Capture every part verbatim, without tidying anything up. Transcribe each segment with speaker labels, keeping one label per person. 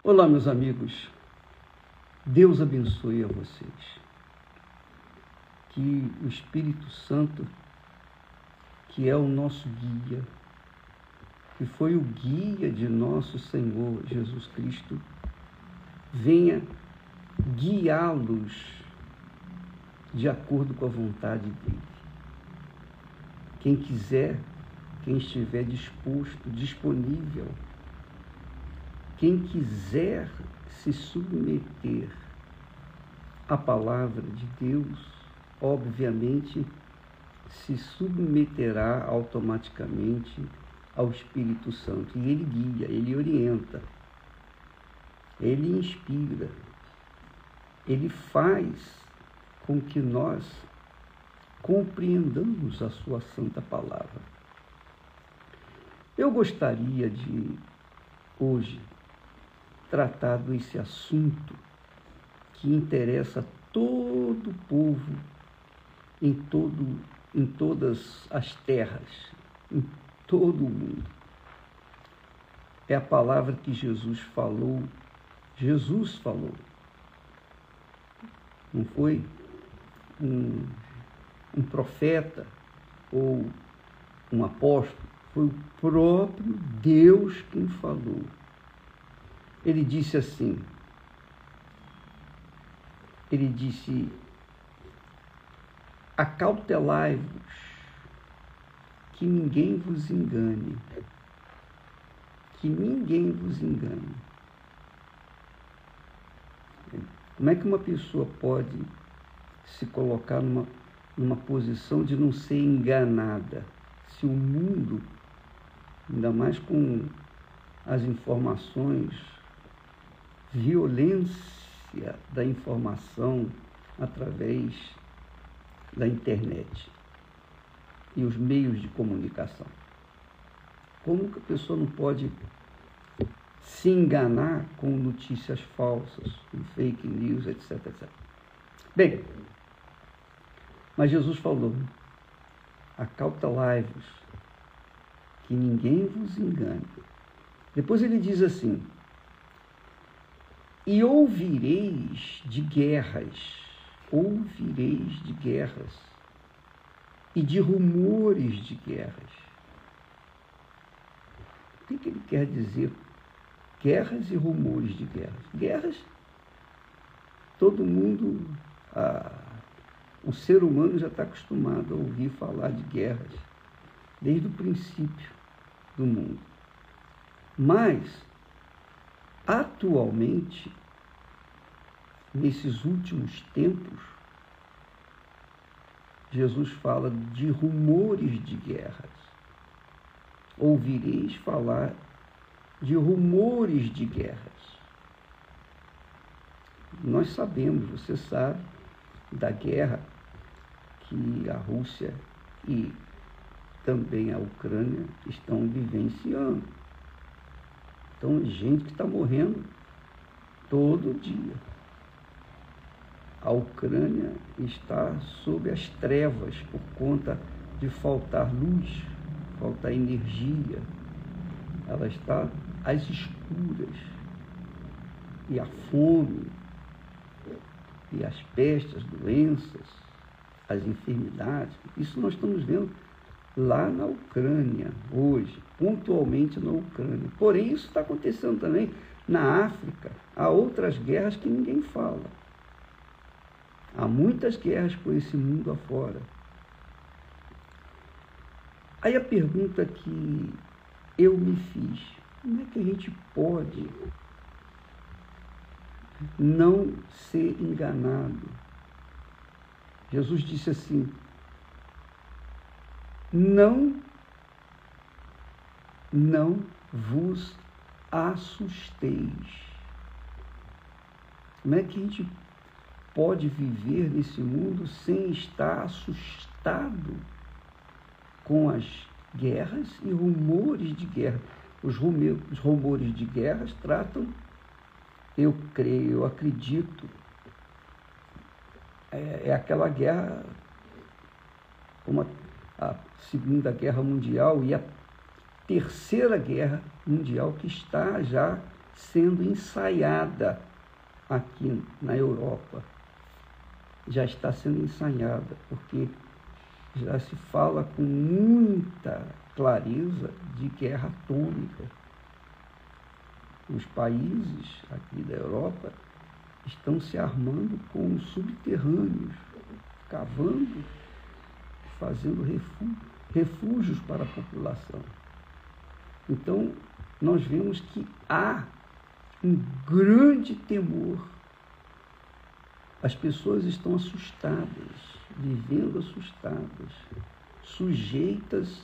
Speaker 1: Olá, meus amigos. Deus abençoe a vocês. Que o Espírito Santo, que é o nosso guia, que foi o guia de nosso Senhor Jesus Cristo, venha guiá-los de acordo com a vontade dele. Quem quiser, quem estiver disposto, disponível, quem quiser se submeter à palavra de Deus, obviamente se submeterá automaticamente ao Espírito Santo. E ele guia, ele orienta, ele inspira, ele faz com que nós compreendamos a sua santa palavra. Eu gostaria de, hoje, tratar desse assunto que interessa a todo o povo, em, todo, em todas as terras, em todo o mundo. É a palavra que Jesus falou, Jesus falou. Não foi um, um profeta ou um apóstolo, foi o próprio Deus quem falou. Ele disse assim, ele disse, acautelai-vos, que ninguém vos engane, que ninguém vos engane. Como é que uma pessoa pode se colocar numa, numa posição de não ser enganada, se o mundo, ainda mais com as informações, violência da informação através da internet e os meios de comunicação. Como que a pessoa não pode se enganar com notícias falsas, com fake news, etc, etcétera. Bem, mas Jesus falou, acautelai-vos, que ninguém vos engane. Depois ele diz assim, e ouvireis de guerras, ouvireis de guerras e de rumores de guerras. O que, que ele quer dizer? Guerras e rumores de guerras. Guerras, todo mundo, ah, o ser humano já está acostumado a ouvir falar de guerras, desde o princípio do mundo. Mas, atualmente, nesses últimos tempos, Jesus fala de rumores de guerras. Ouvireis falar de rumores de guerras. Nós sabemos, você sabe, da guerra que a Rússia e também a Ucrânia estão vivenciando. Então, gente que está morrendo todo dia. A Ucrânia está sob as trevas por conta de faltar luz, faltar energia. Ela está às escuras. E a fome, e as pestes, as doenças, as enfermidades, isso nós estamos vendo lá na Ucrânia, hoje, pontualmente na Ucrânia. Porém, isso está acontecendo também na África. Há outras guerras que ninguém fala. Há muitas guerras por esse mundo afora. Aí a pergunta que eu me fiz, como é que a gente pode não ser enganado? Jesus disse assim, não, não vos assusteis. Como é que a gente pode viver nesse mundo sem estar assustado com as guerras e rumores de guerra? Os rumores de guerras tratam, eu creio, eu acredito, é, é aquela guerra, como a, a Segunda Guerra Mundial e a Terceira Guerra Mundial, que está já sendo ensaiada aqui na Europa. Já está sendo ensaiada, porque já se fala com muita clareza de guerra atômica. Os países aqui da Europa estão se armando com subterrâneos, cavando, fazendo refúgio, refúgios para a população. Então, nós vemos que há um grande temor. As pessoas estão assustadas, vivendo assustadas, sujeitas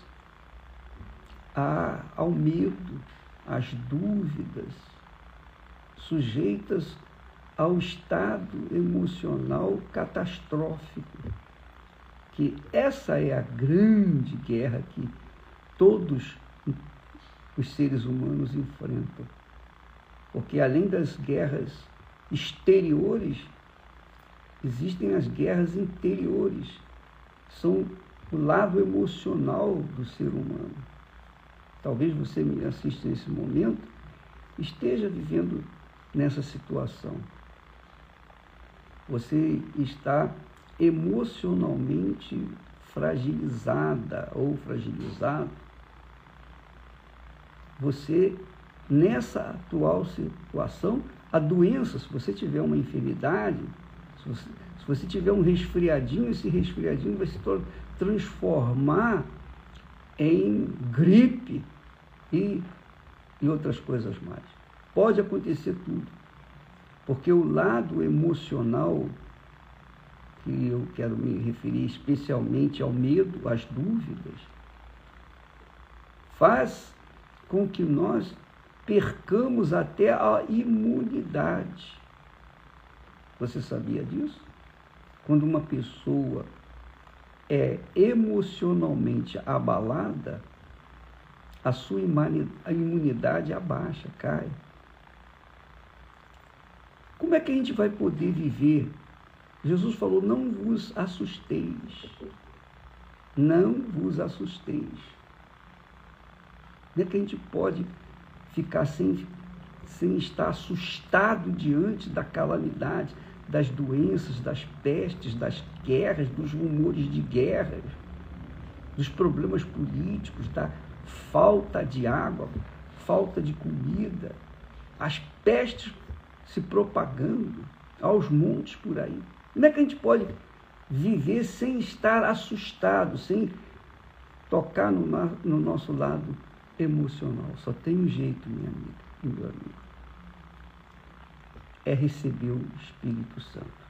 Speaker 1: a, ao medo, às dúvidas, sujeitas ao estado emocional catastrófico. Que essa é a grande guerra que todos os seres humanos enfrentam. Porque além das guerras exteriores, existem as guerras interiores. São o lado emocional do ser humano. Talvez você me assista nesse momento, esteja vivendo nessa situação. Você está emocionalmente fragilizada ou fragilizado. Você, nessa atual situação, a doença, se você tiver uma enfermidade, se você, se você tiver um resfriadinho, esse resfriadinho vai se transformar em gripe e, e outras coisas mais. Pode acontecer tudo, porque o lado emocional, que eu quero me referir especialmente ao medo, às dúvidas, faz com que nós percamos até a imunidade. Você sabia disso? Quando uma pessoa é emocionalmente abalada, a sua imunidade abaixa, cai. Como é que a gente vai poder viver? Jesus falou, não vos assusteis. Não vos assusteis. Como é que a gente pode ficar sem, sem estar assustado diante da calamidade, das doenças, das pestes, das guerras, dos rumores de guerras, dos problemas políticos, da falta de água, falta de comida, as pestes se propagando aos montes por aí? Como é que a gente pode viver sem estar assustado, sem tocar no, no nosso lado emocional? Só tem um jeito, minha amiga e meu amigo. É receber o Espírito Santo.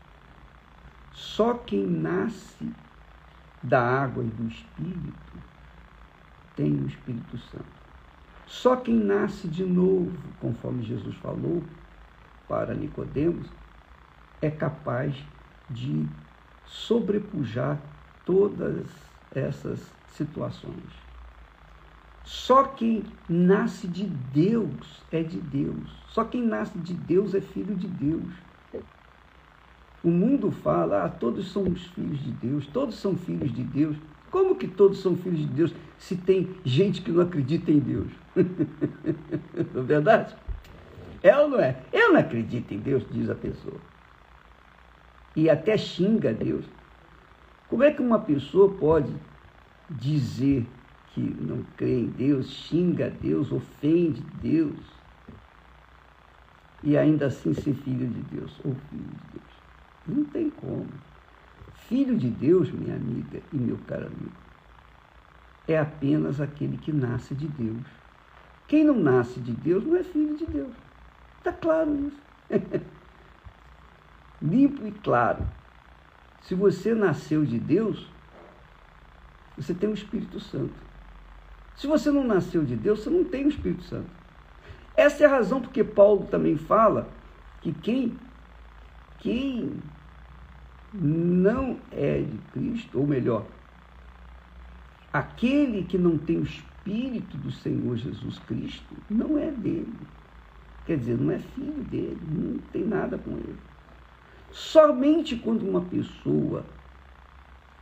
Speaker 1: Só quem nasce da água e do Espírito tem o Espírito Santo. Só quem nasce de novo, conforme Jesus falou para Nicodemos, é capaz de sobrepujar todas essas situações. Só quem nasce de Deus é de Deus. Só quem nasce de Deus é filho de Deus. O mundo fala, ah, todos somos filhos de Deus, todos são filhos de Deus. Como que todos são filhos de Deus se tem gente que não acredita em Deus? Não é verdade? É ou não é? Eu não acredito em Deus, diz a pessoa. E até xinga Deus. Como é que uma pessoa pode dizer que não crê em Deus, xinga Deus, ofende Deus, e ainda assim ser filho de Deus ou filho de Deus? Não tem como. Filho de Deus, minha amiga e meu caro amigo, é apenas aquele que nasce de Deus. Quem não nasce de Deus não é filho de Deus. Está claro isso. Limpo e claro. Se você nasceu de Deus, você tem o Espírito Santo. Se você não nasceu de Deus, você não tem o Espírito Santo. Essa é a razão porque Paulo também fala que quem, quem não é de Cristo, ou melhor, aquele que não tem o Espírito do Senhor Jesus Cristo, não é dele. Quer dizer, não é filho dele, não tem nada com ele. Somente quando uma pessoa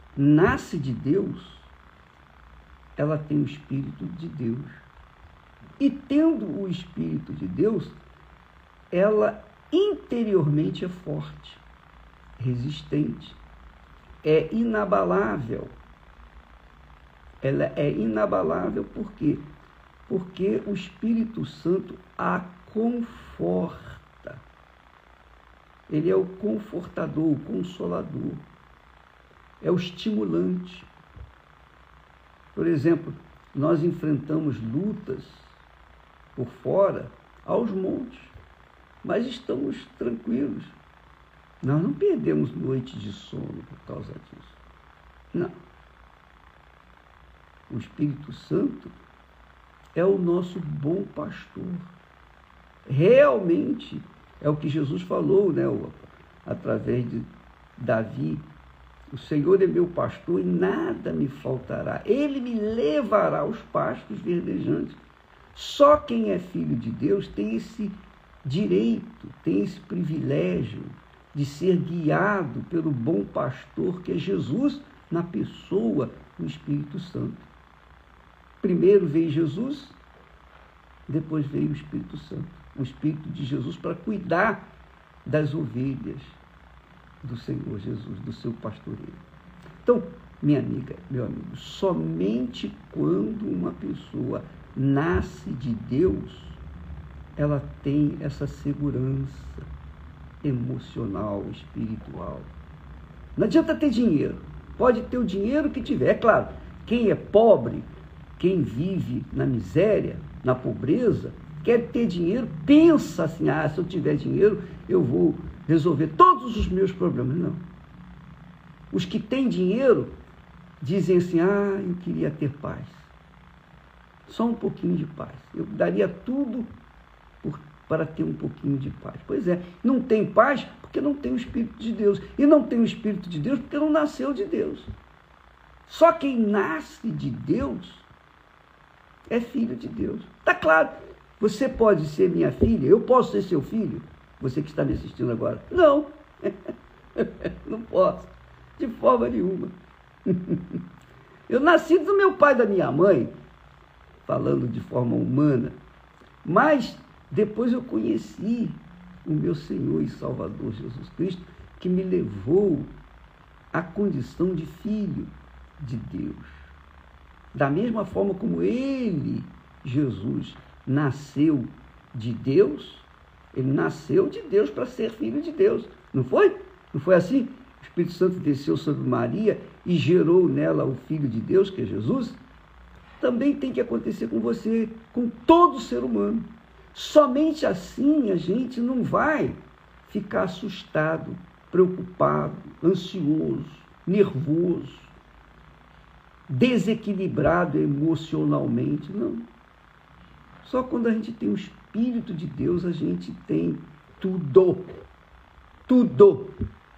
Speaker 1: nasce de Deus, ela tem o Espírito de Deus. E tendo o Espírito de Deus, ela interiormente é forte, resistente, é inabalável. Ela é inabalável por quê? Porque o Espírito Santo a conforta. Ele é o confortador, o consolador. É o estimulante. Por exemplo, nós enfrentamos lutas por fora aos montes, mas estamos tranquilos. Nós não perdemos noite de sono por causa disso. Não. O Espírito Santo é o nosso bom pastor. Realmente é o que Jesus falou, né, através de Davi. O Senhor é meu pastor e nada me faltará. Ele me levará aos pastos verdejantes. Só quem é filho de Deus tem esse direito, tem esse privilégio de ser guiado pelo bom pastor, que é Jesus, na pessoa do Espírito Santo. Primeiro veio Jesus, depois veio o Espírito Santo. O Espírito de Jesus para cuidar das ovelhas do Senhor Jesus, do seu pastoreio. Então, minha amiga, meu amigo, somente quando uma pessoa nasce de Deus, ela tem essa segurança emocional, espiritual. Não adianta ter dinheiro. Pode ter o dinheiro que tiver. É claro, quem é pobre, quem vive na miséria, na pobreza, quer ter dinheiro, pensa assim, ah, se eu tiver dinheiro, eu vou resolver todos os meus problemas. Não. Os que têm dinheiro dizem assim, ah, eu queria ter paz. Só um pouquinho de paz. Eu daria tudo por, para ter um pouquinho de paz. Pois é, não tem paz porque não tem o Espírito de Deus. E não tem o Espírito de Deus porque não nasceu de Deus. Só quem nasce de Deus é filho de Deus. Está claro, você pode ser minha filha, eu posso ser seu filho, você que está me assistindo agora. Não, não posso, de forma nenhuma. Eu nasci do meu pai e da minha mãe, falando de forma humana, mas depois eu conheci o meu Senhor e Salvador Jesus Cristo, que me levou à condição de filho de Deus. Da mesma forma como ele, Jesus, nasceu de Deus, ele nasceu de Deus para ser filho de Deus. Não foi? Não foi assim? O Espírito Santo desceu sobre Maria e gerou nela o Filho de Deus, que é Jesus. Também tem que acontecer com você, com todo ser humano. Somente assim a gente não vai ficar assustado, preocupado, ansioso, nervoso, desequilibrado emocionalmente. Não. Só quando a gente tem o Espírito de Deus, a gente tem tudo. Tudo.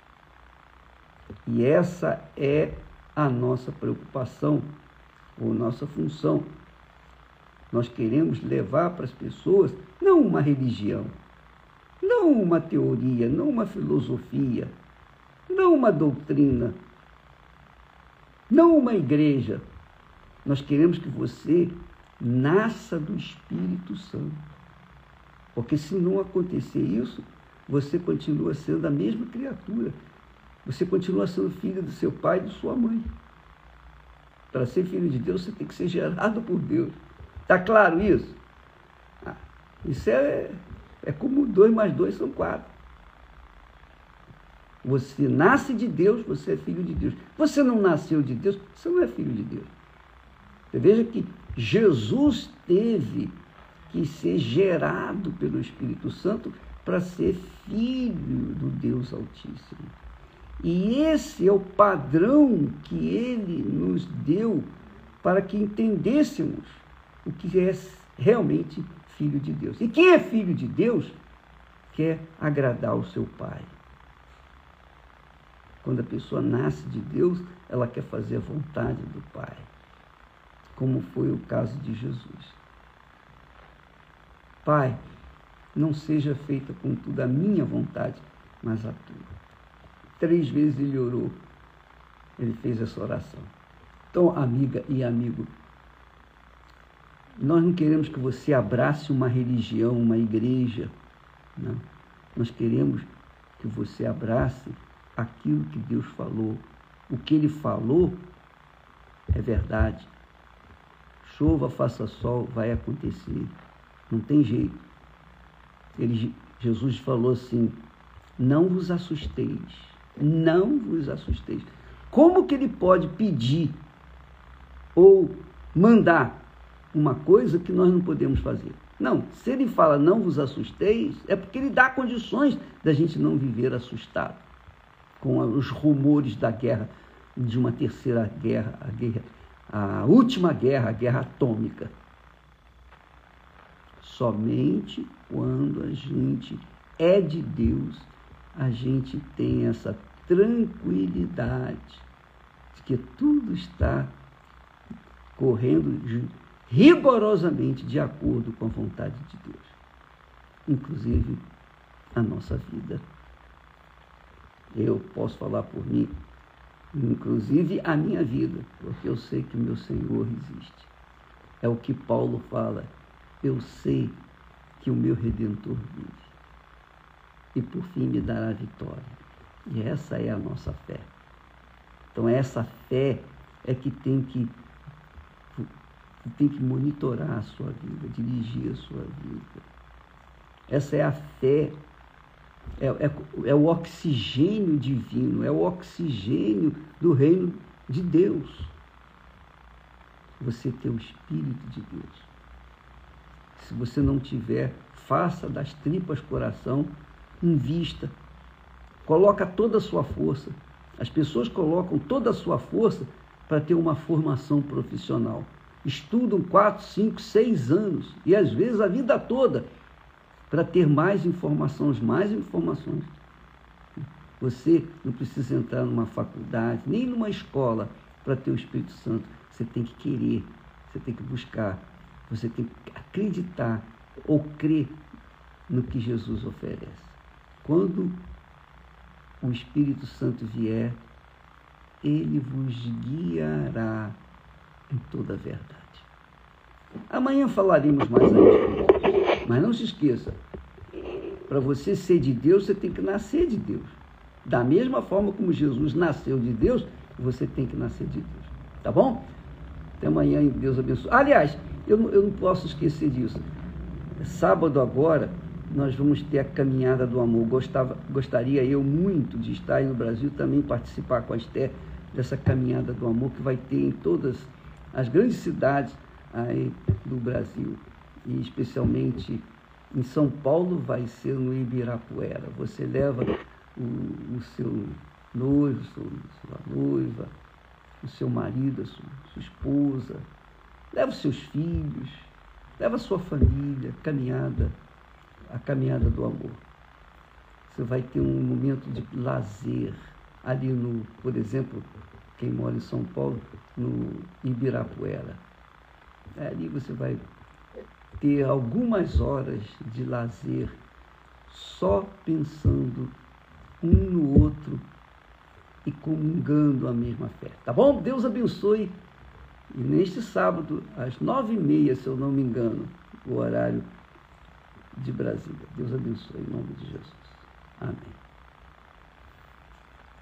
Speaker 1: E essa é a nossa preocupação, ou nossa função. Nós queremos levar para as pessoas não uma religião, não uma teoria, não uma filosofia, não uma doutrina, não uma igreja. Nós queremos que você nasça do Espírito Santo. Porque se não acontecer isso, você continua sendo a mesma criatura. Você continua sendo filho do seu pai e de sua mãe. Para ser filho de Deus, você tem que ser gerado por Deus. Está claro isso? Ah, isso é, é como dois mais dois são quatro. Você nasce de Deus, você é filho de Deus. Você não nasceu de Deus, você não é filho de Deus. Você veja que Jesus teve que ser gerado pelo Espírito Santo para ser filho do Deus Altíssimo. E esse é o padrão que ele nos deu para que entendêssemos o que é realmente filho de Deus. E quem é filho de Deus quer agradar o seu Pai. Quando a pessoa nasce de Deus, ela quer fazer a vontade do Pai, como foi o caso de Jesus. Pai, não seja feita contudo a minha vontade, mas a tua. Três vezes ele orou, ele fez essa oração. Então, amiga e amigo, Nós não queremos que você abrace uma religião, uma igreja. Não. Nós queremos que você abrace aquilo que Deus falou. O que Ele falou é verdade. Chova, faça sol, vai acontecer. Não tem jeito. Ele, Jesus falou assim, não vos assusteis. Não vos assusteis. Como que Ele pode pedir ou mandar uma coisa que nós não podemos fazer? Não, se Ele fala não vos assusteis, é porque Ele dá condições da gente não viver assustado com os rumores da guerra, de uma terceira guerra, a, guerra, a última guerra, a guerra atômica. Somente quando a gente é de Deus, a gente tem essa tranquilidade de que tudo está correndo rigorosamente de acordo com a vontade de Deus, inclusive a nossa vida. Eu posso falar por mim, inclusive a minha vida, porque eu sei que o meu Senhor existe. É o que Paulo fala, eu sei que o meu Redentor vive e por fim me dará a vitória. E essa é a nossa fé. Então essa fé é que tem que tem que monitorar a sua vida, dirigir a sua vida. Essa é a fé, é, é, é o oxigênio divino, é o oxigênio do reino de Deus. Você ter o Espírito de Deus. Se você não tiver, faça das tripas coração, invista, coloca toda a sua força. As pessoas colocam toda a sua força para ter uma formação profissional. Estudam quatro, cinco, seis anos, e às vezes a vida toda, para ter mais informações, mais informações. Você não precisa entrar numa faculdade, nem numa escola para ter o Espírito Santo. Você tem que querer, você tem que buscar, você tem que acreditar ou crer no que Jesus oferece. Quando o Espírito Santo vier, ele vos guiará em toda a verdade. Amanhã falaremos mais a respeito. Mas não se esqueça, para você ser de Deus, você tem que nascer de Deus. Da mesma forma como Jesus nasceu de Deus, você tem que nascer de Deus. Tá bom? Até amanhã e Deus abençoe. Aliás, eu não, eu não posso esquecer disso. Sábado agora, nós vamos ter a Caminhada do Amor. Gostava, gostaria eu muito de estar aí no Brasil, também participar com a Esther dessa Caminhada do Amor, que vai ter em todas as grandes cidades aí do Brasil. E especialmente em São Paulo vai ser no Ibirapuera. Você leva o, o seu noivo, sua, sua noiva, o seu marido, a sua, sua esposa, leva os seus filhos, leva a sua família, caminhada, a Caminhada do Amor. Você vai ter um momento de lazer ali no, por exemplo, quem mora em São Paulo, no Ibirapuera. Ali você vai ter algumas horas de lazer só pensando um no outro e comungando a mesma fé. Tá bom? Deus abençoe. E neste sábado, às nove e meia, se eu não me engano, o horário de Brasília. Deus abençoe em nome de Jesus. Amém.